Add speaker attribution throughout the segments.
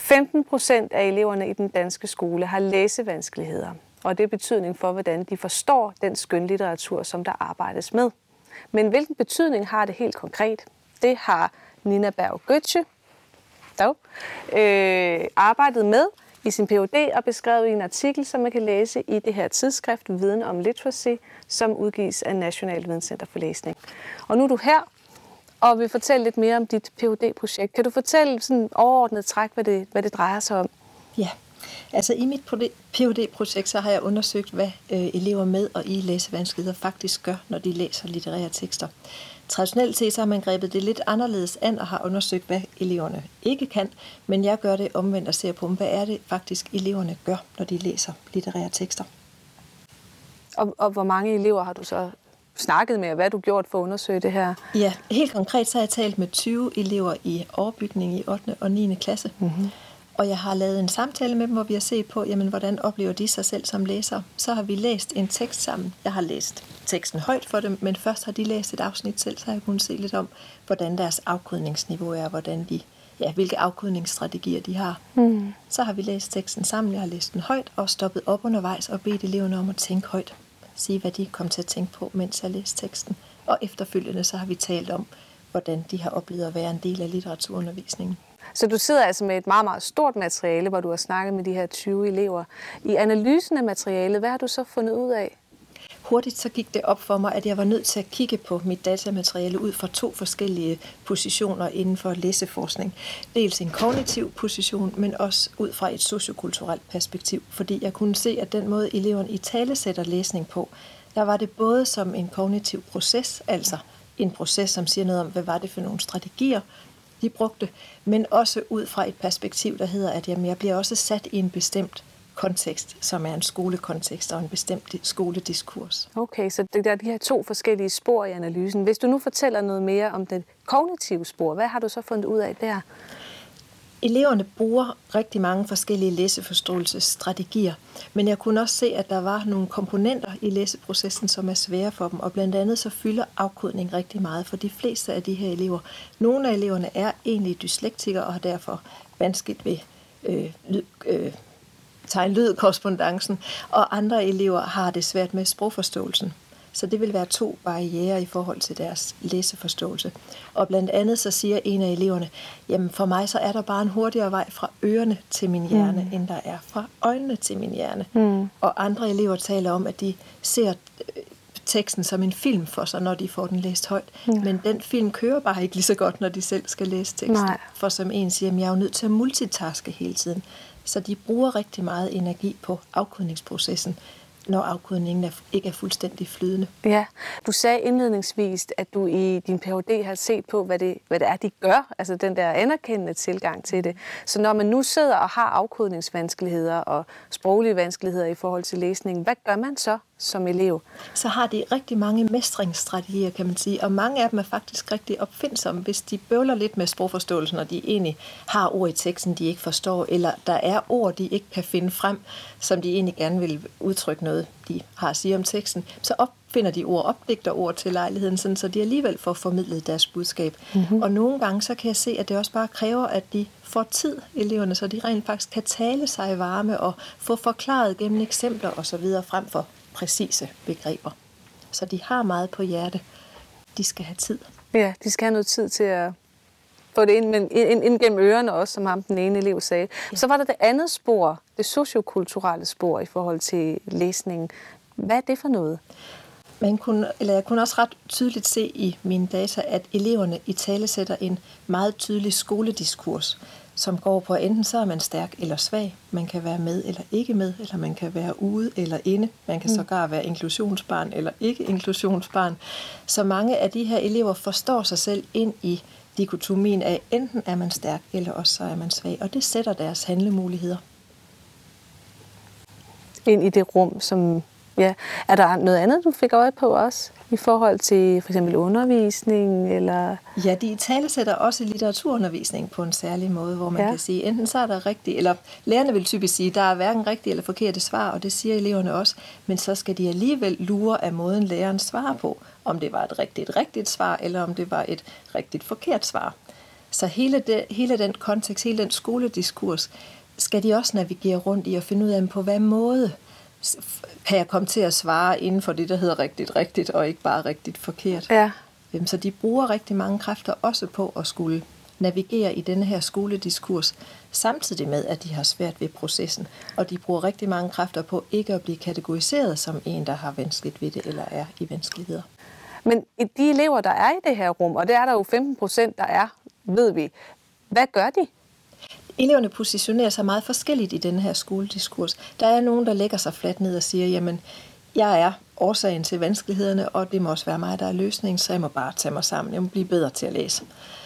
Speaker 1: 15% af eleverne i den danske skole har læsevanskeligheder, og det er betydning for, hvordan de forstår den skønlitteratur, som der arbejdes med. Men hvilken betydning har det helt konkret? Det har Nina Berg Götzsche arbejdet med i sin Ph.D. og beskrevet i en artikel, som man kan læse i det her tidsskrift Viden om Literacy, som udgives af National Videnscenter for Læsning. Og nu er du her og vil fortælle lidt mere om dit Ph.D.-projekt. Kan du fortælle sådan overordnet træk, hvad det drejer sig om?
Speaker 2: Ja, altså i mit Ph.D.-projekt så har jeg undersøgt, hvad elever med og i læsevanskeligheder faktisk gør, når de læser litterære tekster. Traditionelt set så har man grebet det lidt anderledes an og har undersøgt, hvad eleverne ikke kan, men jeg gør det omvendt og ser på, hvad er det faktisk eleverne gør, når de læser litterære tekster.
Speaker 1: Og hvor mange elever har du så snakket med, og hvad har du gjort for at undersøge det her?
Speaker 2: Ja, helt konkret så har jeg talt med 20 elever i overbygning i 8. og 9. klasse. Mm-hmm. Og jeg har lavet en samtale med dem, hvor vi har set på, jamen, hvordan oplever de sig selv som læsere. Så har vi læst en tekst sammen. Jeg har læst teksten højt for dem, men først har de læst et afsnit selv, så har jeg kunnet se lidt om, hvordan deres afkodningsniveau er, hvilke afkodningsstrategier de har. Mm. Så har vi læst teksten sammen, jeg har læst den højt og stoppet op undervejs og bedt eleverne om at tænke højt. Sige, hvad de kom til at tænke på, mens jeg læste teksten. Og efterfølgende så har vi talt om, hvordan de har oplevet at være en del af litteraturundervisningen.
Speaker 1: Så du sidder altså med et meget, meget stort materiale, hvor du har snakket med de her 20 elever. I analysen af materialet, hvad har du så fundet ud af?
Speaker 2: Hurtigt så gik det op for mig, at jeg var nødt til at kigge på mit datamateriale ud fra 2 forskellige positioner inden for læseforskning. Dels en kognitiv position, men også ud fra et sociokulturelt perspektiv. Fordi jeg kunne se, at den måde eleverne italesætter læsning på, der var det både som en kognitiv proces, altså en proces, som siger noget om, hvad var det for nogle strategier, de brugte, men også ud fra et perspektiv, der hedder, at jeg bliver også sat i en bestemt kontekst, som er en skolekontekst og en bestemt skolediskurs.
Speaker 1: Okay, så det er de her 2 forskellige spor i analysen. Hvis du nu fortæller noget mere om det kognitive spor, hvad har du så fundet ud af der?
Speaker 2: Eleverne bruger rigtig mange forskellige læseforståelsesstrategier, men jeg kunne også se, at der var nogle komponenter i læseprocessen, som er svære for dem, og blandt andet så fylder afkodning rigtig meget for de fleste af de her elever. Nogle af eleverne er egentlig dyslektikere og har derfor vanskeligt ved tegn-lyd-korrespondancen, og andre elever har det svært med sprogforståelsen. Så det vil være 2 barrierer i forhold til deres læseforståelse. Og blandt andet så siger en af eleverne, jamen for mig så er der bare en hurtigere vej fra ørerne til min hjerne, end der er fra øjnene til min hjerne. Mm. Og andre elever taler om, at de ser teksten som en film for sig, når de får den læst højt. Mm. Men den film kører bare ikke lige så godt, når de selv skal læse teksten. Nej. For som en siger, jeg er jo nødt til at multitaske hele tiden. Så de bruger rigtig meget energi på afkodningsprocessen, når afkodningen ikke er fuldstændig flydende.
Speaker 1: Ja, du sagde indledningsvis, at du i din Ph.D. har set på, hvad det er, de gør, altså den der anerkendende tilgang til det. Så når man nu sidder og har afkodningsvanskeligheder og sproglige vanskeligheder i forhold til læsningen, hvad gør man så som elev?
Speaker 2: Så har de rigtig mange mestringsstrategier, kan man sige, og mange af dem er faktisk rigtig opfindsomme, hvis de bøvler lidt med sprogforståelsen, og de egentlig har ord i teksten, de ikke forstår, eller der er ord, de ikke kan finde frem, som de egentlig gerne vil udtrykke noget, de har at sige om teksten, så opfinder de ord, opdigter ord til lejligheden, sådan, så de alligevel får formidlet deres budskab. Mm-hmm. Og nogle gange så kan jeg se, at det også bare kræver, at de får tid, eleverne, så de rent faktisk kan tale sig varme og få forklaret gennem eksempler osv. frem for præcise begreber. Så de har meget på hjerte. De skal have tid.
Speaker 1: Ja, de skal have noget tid til at få det ind gennem ørerne også, som ham den ene elev sagde. Ja. Så var der det andet spor, det sociokulturelle spor i forhold til læsningen. Hvad er det for noget?
Speaker 2: Jeg kunne også ret tydeligt se i mine data, at eleverne italesætter en meget tydelig skolediskurs, som går på, at enten så er man stærk eller svag, man kan være med eller ikke med, eller man kan være ude eller inde, man kan sågar være inklusionsbarn eller ikke inklusionsbarn. Så mange af de her elever forstår sig selv ind i dikotomien af, enten er man stærk, eller også så er man svag, og det sætter deres handlemuligheder.
Speaker 1: Ind i det rum, som... Ja. Er der noget andet, du fik øje på også, i forhold til for eksempel undervisning? Eller?
Speaker 2: Ja, de italesætter også litteraturundervisning på en særlig måde, hvor man kan sige, enten så er der rigtigt, eller lærerne vil typisk sige, der er hverken rigtigt eller forkerte svar, og det siger eleverne også, men så skal de alligevel lure af måden, læreren svarer på, om det var et rigtigt svar, eller om det var et rigtigt forkert svar. Så hele den kontekst, hele den skolediskurs, skal de også navigere rundt i og finde ud af, på hvad måde kan jeg komme til at svare inden for det, der hedder rigtigt, og ikke bare rigtigt forkert.
Speaker 1: Ja.
Speaker 2: Så de bruger rigtig mange kræfter også på at skulle navigere i denne her skolediskurs, samtidig med, at de har svært ved processen. Og de bruger rigtig mange kræfter på ikke at blive kategoriseret som en, der har vanskeligt ved det, eller er i vanskeligheder.
Speaker 1: Men de elever, der er i det her rum, og det er der jo 15%, der er, ved vi, hvad gør de?
Speaker 2: Eleverne positionerer sig meget forskelligt i denne her skolediskurs. Der er nogen, der lægger sig fladt ned og siger, jamen, jeg er årsagen til vanskelighederne, og det må også være mig, der er løsningen, så jeg må bare tage mig sammen. Jeg må blive bedre til at læse.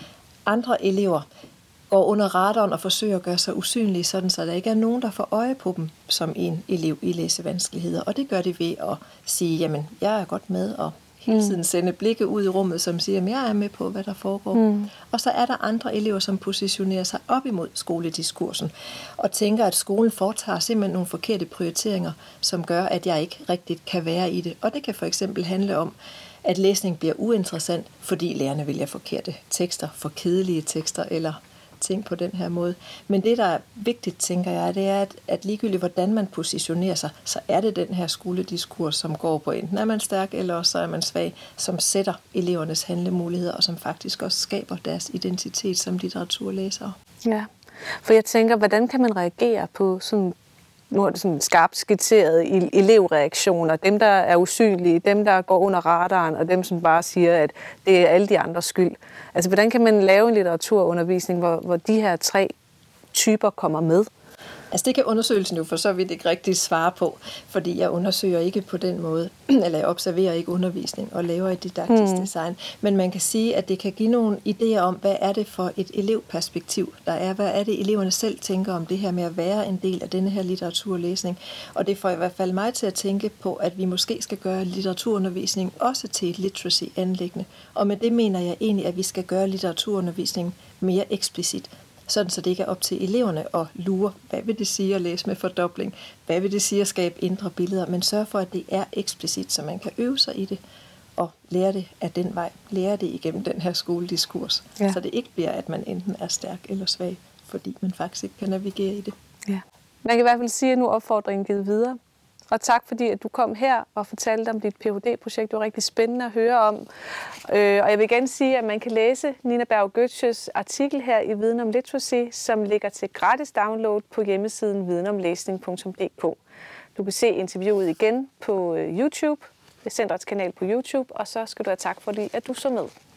Speaker 2: Andre elever går under radaren og forsøger at gøre sig usynlige, sådan så der ikke er nogen, der får øje på dem som en elev i læsevanskeligheder. Og det gør de ved at sige, jamen, jeg er godt med, og hele tiden sende blikke ud i rummet, som siger, at jeg er med på, hvad der foregår. Og så er der andre elever, som positionerer sig op imod skolediskursen, og tænker, at skolen foretager simpelthen nogle forkerte prioriteringer, som gør, at jeg ikke rigtigt kan være i det. Og det kan for eksempel handle om, at læsning bliver uinteressant, fordi lærerne vælger forkerte tekster, for kedelige tekster, eller ting på den her måde. Men det, der er vigtigt, tænker jeg, det er, at ligegyldigt hvordan man positionerer sig, så er det den her skolediskurs, som går på enten er man stærk, eller også så er man svag, som sætter elevernes handlemuligheder, og som faktisk også skaber deres identitet som litteraturlæsere.
Speaker 1: Ja, for jeg tænker, hvordan kan man reagere på sådan, nu er det sådan skarpt skitseret elevreaktioner, dem der er usynlige, dem der går under radaren, og dem som bare siger, at det er alle de andres skyld. Altså hvordan kan man lave en litteraturundervisning, hvor de her 3 typer kommer med?
Speaker 2: Altså det kan undersøgelsen jo for så vidt ikke rigtig svare på, fordi jeg undersøger ikke på den måde, eller jeg observerer ikke undervisning og laver et didaktisk design. Men man kan sige, at det kan give nogle idéer om, hvad er det for et elevperspektiv, der er. Hvad er det, eleverne selv tænker om det her med at være en del af denne her litteraturlæsning. Og det får i hvert fald mig til at tænke på, at vi måske skal gøre litteraturundervisning også til et literacy-anliggende. Og med det mener jeg egentlig, at vi skal gøre litteraturundervisning mere eksplicit. Sådan så det ikke er op til eleverne at lure, hvad vil det sige at læse med fordobling, hvad vil det sige at skabe indre billeder, men sørge for, at det er eksplicit, så man kan øve sig i det og lære det af den vej, lære det igennem den her skolediskurs, så det ikke bliver, at man enten er stærk eller svag, fordi man faktisk ikke kan navigere i det.
Speaker 1: Ja. Man kan i hvert fald sige, at nu er opfordringen givet videre. Og tak fordi, at du kom her og fortalte om dit Ph.D.-projekt. Det var rigtig spændende at høre om. Og jeg vil igen sige, at man kan læse Nina Berg-Gøtzsches artikel her i Viden om Literacy, som ligger til gratis download på hjemmesiden videnomlæsning.dk. Du kan se interviewet igen på YouTube, Centrets kanal på YouTube, og så skal du have tak fordi, at du så med.